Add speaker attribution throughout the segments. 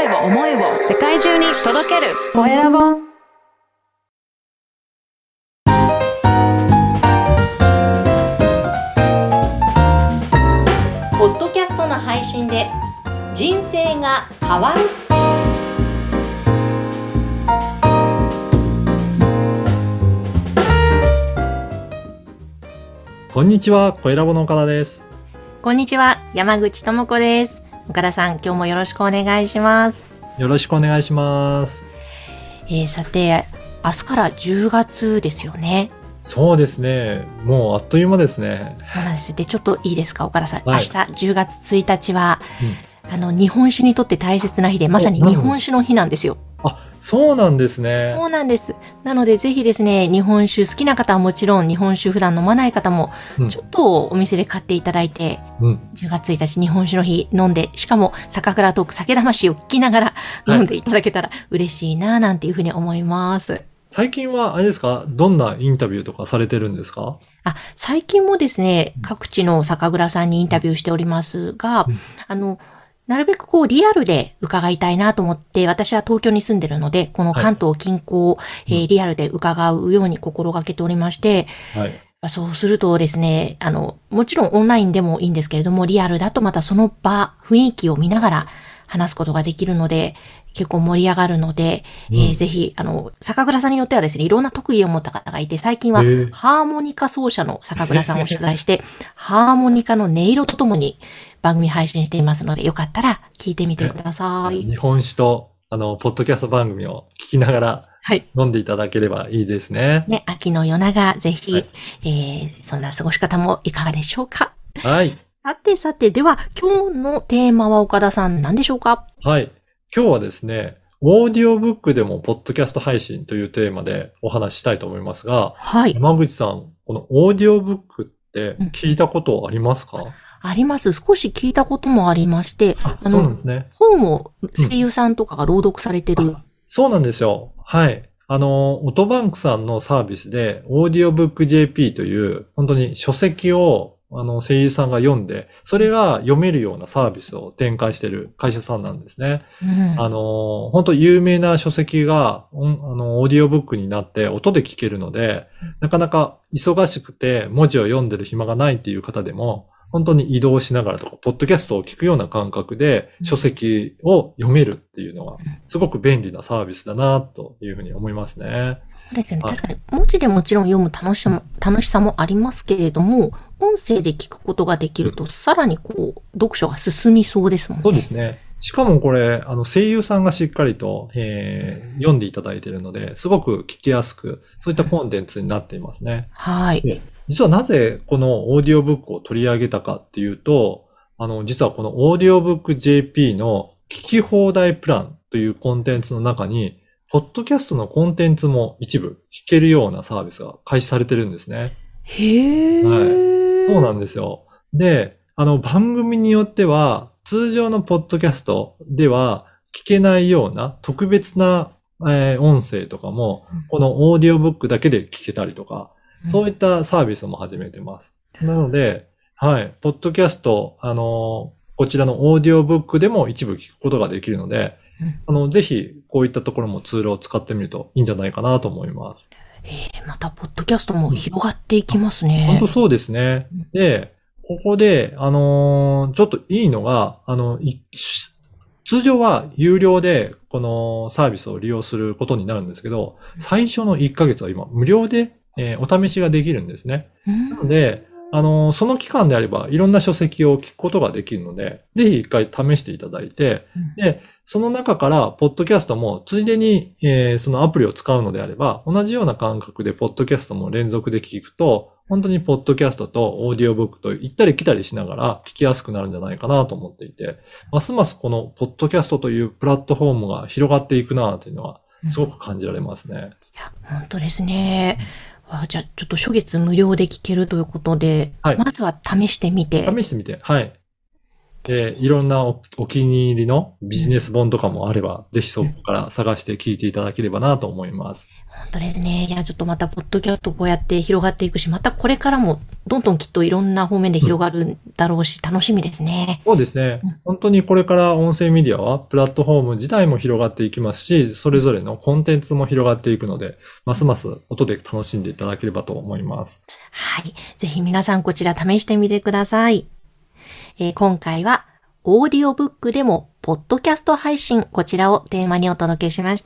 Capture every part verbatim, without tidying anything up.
Speaker 1: を思いを世界中に届けるコエラボ。ポッドキャストの配信で人生が変わる。
Speaker 2: こんにちは、コエラボの岡田です。
Speaker 1: こんにちは、山口智子です。岡田さん、今日もよろしくお願いします。
Speaker 2: よろしくお願いします。
Speaker 1: えー、さて、明日からじゅうがつですよね。
Speaker 2: そうですね。もうあっという間ですね。
Speaker 1: そうなんです。で、ちょっといいですか、岡田さん。
Speaker 2: はい、
Speaker 1: 明日じゅうがつついたちは、うん、あの、日本酒にとって大切な日で、まさに日本酒の日なんですよ。
Speaker 2: あ、そうなんですね。
Speaker 1: そうなんです。なので、ぜひですね、日本酒好きな方はもちろん、日本酒普段飲まない方も、ちょっとお店で買っていただいて、うん、じゅうがつついたち日本酒の日飲んで、しかも酒蔵トーク酒魂を聞きながら飲んでいただけたら嬉しいな、なんていうふうに思います。
Speaker 2: 最近はあれですか、どんなインタビューとかされてるんですか？
Speaker 1: あ、最近もですね、各地の酒蔵さんにインタビューしておりますが、うん、あの、なるべくこうリアルで伺いたいなと思って、私は東京に住んでるので、この関東近郊を、はいえー、リアルで伺うように心がけておりまして、はい、そうするとですね、あの、もちろんオンラインでもいいんですけれども、リアルだとまたその場、雰囲気を見ながら話すことができるので、結構盛り上がるので、うん、えー、ぜひ、あの、酒蔵さんによってはですね、いろんな特技を持った方がいて、最近はハーモニカ奏者の酒蔵さんを取材して、ハーモニカの音色とともに番組配信していますので、よかったら聞いてみてください。
Speaker 2: 日本酒と、あの、ポッドキャスト番組を聞きながら、はい。飲んでいただければいいですね。
Speaker 1: ね、秋の夜長、ぜひ、はい、えー、そんな過ごし方もいかがでしょうか。
Speaker 2: はい。
Speaker 1: さてさて、では、今日のテーマは岡田さん何でしょうか？
Speaker 2: はい。今日はですね、オーディオブックでもポッドキャスト配信というテーマでお話ししたいと思いますが、はい。山口さん、このオーディオブックって聞いたことありますか？うん、
Speaker 1: あります。少し聞いたこともありまして、
Speaker 2: あの、そうなんですね。
Speaker 1: 本を声優さんとかが朗読されてる、うん。
Speaker 2: そうなんですよ。はい。あの、オトバンクさんのサービスで、オーディオブック ジェーピー という、本当に書籍をあの、声優さんが読んで、それが読めるようなサービスを展開している会社さんなんですね。うん、あの、本当有名な書籍が、あの、オーディオブックになって音で聞けるので、なかなか忙しくて文字を読んでる暇がないっていう方でも、本当に移動しながらとか、ポッドキャストを聞くような感覚で書籍を読めるっていうのは、すごく便利なサービスだな、というふうに思いますね。
Speaker 1: そうですよね。確かに、文字でもちろん読む楽しさも、楽しさもありますけれども、音声で聞くことができると、さらにこう、読書が進みそうですもんね。
Speaker 2: そうですね。しかもこれ、あの、声優さんがしっかりと、えー、読んでいただいているので、すごく聞きやすく、そういったコンテンツになっていますね。
Speaker 1: はい。
Speaker 2: 実はなぜこのオーディオブックを取り上げたかっていうと、あの、実はこのオーディオブック ジェーピー の聞き放題プランというコンテンツの中に、ポッドキャストのコンテンツも一部聞けるようなサービスが開始されてるんですね。
Speaker 1: へー。
Speaker 2: はい。そうなんですよ。で、あの番組によっては通常のポッドキャストでは聞けないような特別な、えー、音声とかも、このオーディオブックだけで聞けたりとか、そういったサービスも始めてます。なので、はい、ポッドキャスト、あの、こちらのオーディオブックでも一部聞くことができるので、あの、ぜひ、こういったところもツールを使ってみるといいんじゃないかなと思います。
Speaker 1: えー、また、ポッドキャストも広がっていきますね。
Speaker 2: 本当そうですね。で、ここで、あのー、ちょっといいのが、あの、通常は有料で、このサービスを利用することになるんですけど、最初のいっかげつは今、無料で、えー、お試しができるんですね。なので、あの、その期間であれば、いろんな書籍を聞くことができるので、ぜひ一回試していただいて、うん、で、その中から、ポッドキャストも、ついでに、えー、そのアプリを使うのであれば、同じような感覚で、ポッドキャストも連続で聞くと、本当にポッドキャストとオーディオブックと行ったり来たりしながら聞きやすくなるんじゃないかなと思っていて、ますますこのポッドキャストというプラットフォームが広がっていくなというのは、すごく感じられますね。うん、い
Speaker 1: や、本当ですね。あ、じゃあ、ちょっと初月無料で聞けるということで、はい、まずは試してみて。
Speaker 2: 試してみて、はい。 で、いろんなお、お気に入りのビジネス本とかもあれば、ぜひそこから探して聞いていただければなと思います。
Speaker 1: 本当ですね。いや、ちょっとまた、ポッドキャストこうやって広がっていくし、またこれからも、どんどんきっといろんな方面で広がるんだろうし、楽しみですね。
Speaker 2: そうですね。本当にこれから音声メディアは、プラットフォーム自体も広がっていきますし、それぞれのコンテンツも広がっていくので、ますます音で楽しんでいただければと思います。
Speaker 1: はい。ぜひ皆さんこちら試してみてください。えー、今回は、オーディオブックでも、ポッドキャスト配信、こちらをテーマにお届けしました。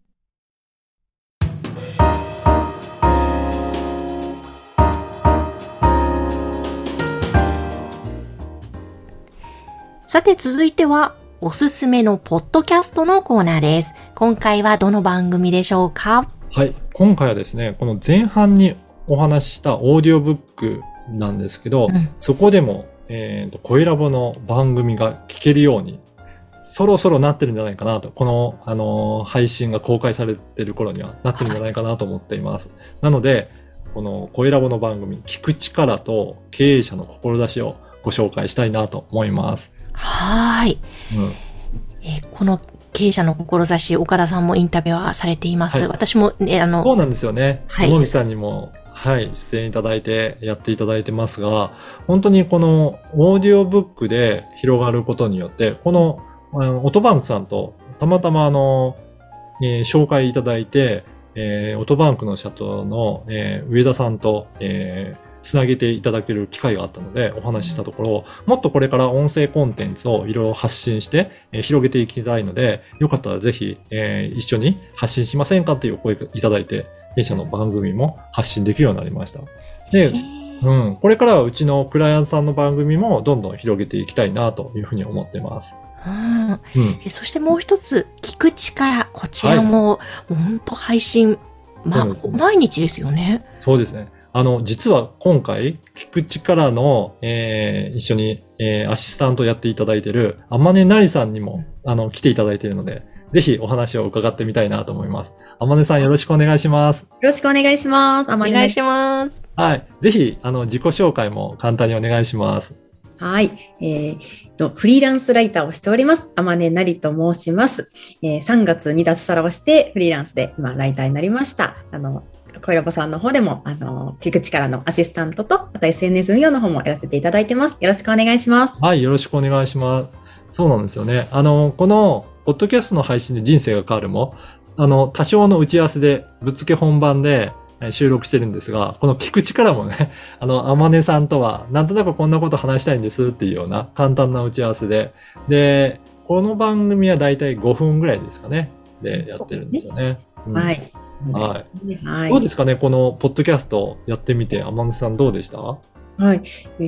Speaker 1: さて続いては、おすすめのポッドキャストのコーナーです。今回はどの番組でしょうか？
Speaker 2: はい。今回はですね、この前半にお話ししたオーディオブックなんですけど、うん、そこでも、えっと、声ラボの番組が聞けるように、そろそろなってるんじゃないかなと、この、あのー、配信が公開されてる頃にはなってるんじゃないかなと思っています。なので、この声ラボの番組、聞く力と経営者の志をご紹介したいなと思います。
Speaker 1: はい、うんえー。この経営者の志、岡田さんもインタビューはされています。はい、私も、ね、あの、
Speaker 2: そうなんですよね。はい。野見さんにも、はい、出演いただいて、やっていただいてますが、本当にこのオーディオブックで広がることによって、この、あのオトバンクさんとたまたまあの、えー、紹介いただいて、えー、オトバンクの社長の、えー、上田さんと、えーつなげていただける機会があったのでお話ししたところ、もっとこれから音声コンテンツをいろいろ発信して、えー、広げていきたいので、よかったらぜひ、えー、一緒に発信しませんかというお声いただいて、弊社の番組も発信できるようになりました。で、うん、これからはうちのクライアントさんの番組もどんどん広げていきたいなというふうに思ってます。
Speaker 1: うんうん、えそしてもう一つ、聞く力、こちらも、本当配信、ま、毎日ですよね。
Speaker 2: そうですね。あの、実は今回、聞く力の、えー、一緒に、えー、アシスタントやっていただいている、あまねなりさんにも、あの、来ていただいているので、ぜひお話を伺ってみたいなと思います。あまねさんよろしくお願いします。よ
Speaker 3: ろしくお願いします。
Speaker 1: あまねお願いします。
Speaker 2: はい。ぜひ、あの、自己紹介も簡単にお願いします。
Speaker 3: はい。えー、と、フリーランスライターをしております。あまねなりと申します。えー、さんがつに脱サラをして、フリーランスで今、ライターになりました。あの、声ラボさんの方でも、あの、聞く力のアシスタントと、また エスエヌエス 運用の方もやらせていただいてます。よろしくお願いします。
Speaker 2: はい、よろしくお願いします。そうなんですよね。あの、この、ポッドキャストの配信で人生が変わるも、あの、多少の打ち合わせで、ぶっつけ本番で収録してるんですが、この聞く力もね、あの、あまねさんとは、なんとなくこんなこと話したいんですっていうような簡単な打ち合わせで、で、この番組はだいたいごふんぐらいですかね、でやってるんですよね。
Speaker 3: うん、はい。
Speaker 2: はい。はい。どうですかね、このポッドキャストやってみて、あまねさんどうでした？
Speaker 3: はい。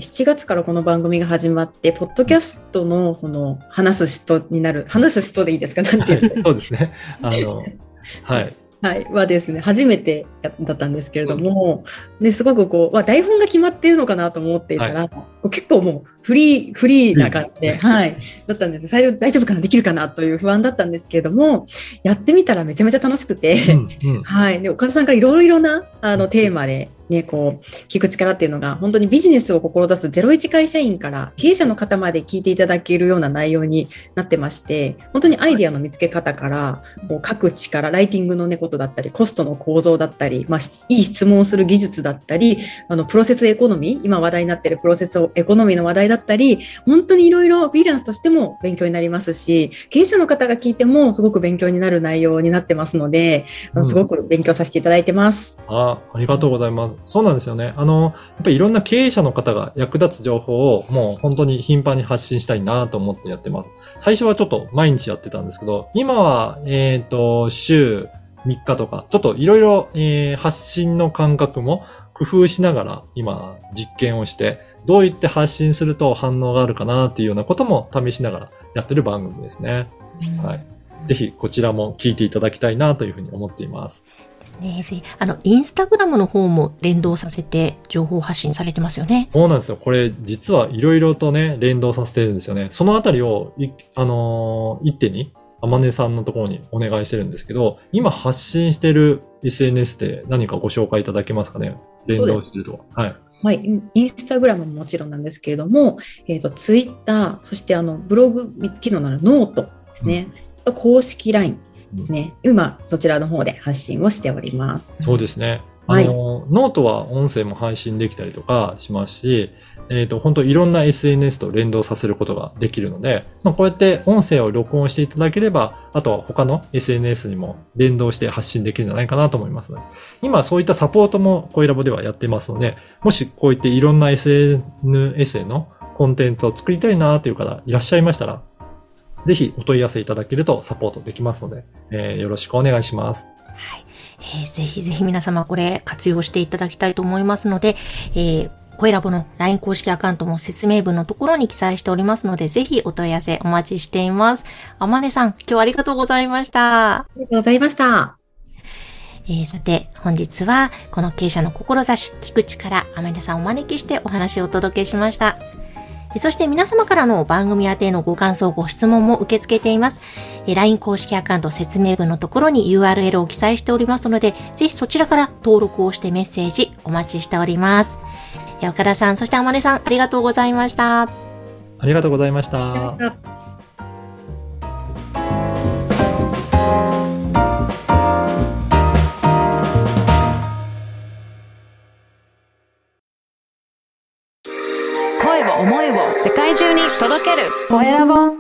Speaker 3: しちがつからこの番組が始まって、ポッドキャストの、その、話す人になる、話す人でいいですか？なんていう
Speaker 2: そうですね。あの、はい。
Speaker 3: はい。はですね、初めてだったんですけれども、うん、ですごくこう、まあ、台本が決まっているのかなと思っていたら、はい、こう結構もうフリー、フリーな感じで、はい、だったんです。最初大丈夫かな、できるかなという不安だったんですけれども、やってみたらめちゃめちゃ楽しくて、うんうん、はい。で、岡田さんからいろいろなあのテーマで、ね、こう、聞く力っていうのが、本当にビジネスを志すゼロイチ会社員から経営者の方まで聞いていただけるような内容になってまして、本当にアイデアの見つけ方から、こう書く力、ライティングのね、ことだったり、コストの構造だったり、まあ、いい質問をする技術だったり、あの、プロセスエコノミー、今話題になっているプロセスエコノミーの話題だったり、本当にいろいろフリーランスとしても勉強になりますし、経営者の方が聞いてもすごく勉強になる内容になってますので、うん、すごく勉強させていただいてます。
Speaker 2: あ、ありがとうございます。そうなんですよね。あの、やっぱりいろんな経営者の方が役立つ情報をもう本当に頻繁に発信したいなと思ってやってます。最初はちょっと毎日やってたんですけど、今は、えっと、週みっかとか、ちょっといろいろ発信の感覚も工夫しながら今実験をして、どういって発信すると反応があるかなっていうようなことも試しながらやってる番組ですね。うん、はい。ぜひこちらも聞いていただきたいなというふうに思っています。
Speaker 1: ね、あの、インスタグラムの方も連動させて情報発信されてますよね。
Speaker 2: そうなんですよ。これ実はいろいろとね、連動させてるんですよね。そのあたりを、あのー、一手に、あまねさんのところにお願いしてるんですけど、今発信してる エスエヌエス で何かご紹介いただけますかね。連動してると。はい。
Speaker 3: はい、インスタグラムももちろんなんですけれども、えーと、ツイッター、そしてあのブログ機能のあるノートですね、うん、公式 ライン ですね、うん、今そちらの方で発信をしております。
Speaker 2: そうですね。あの、はい、ノートは音声も配信できたりとかしますし、えっと、本当いろんな エスエヌエス と連動させることができるので、まあ、こうやって音声を録音していただければ、あとは他の エスエヌエス にも連動して発信できるんじゃないかなと思いますので、今そういったサポートも声ラボではやってますので、もしこういっていろんな エスエヌエス へのコンテンツを作りたいなという方いらっしゃいましたら、ぜひお問い合わせいただけるとサポートできますので、えー、よろしくお願いします。
Speaker 1: はい。えー、ぜひぜひ皆様これ活用していただきたいと思いますので、えー声ラボの ライン 公式アカウントも説明文のところに記載しておりますので、ぜひお問い合わせお待ちしています。あまねさん、今日はありがとうございました。
Speaker 3: ありがとうございました。
Speaker 1: えー、さて、本日はこの経営者の志、聞く力、あまねさんをお招きしてお話をお届けしました。そして皆様からの番組宛てのご感想、ご質問も受け付けています。ライン 公式アカウント説明文のところに ユーアールエル を記載しておりますので、ぜひそちらから登録をしてメッセージお待ちしております。岡田さん、そしてあまねさん、ありがとうございました。
Speaker 2: ありがとうございました。
Speaker 4: 声を思いを世界中に届ける声ラボ。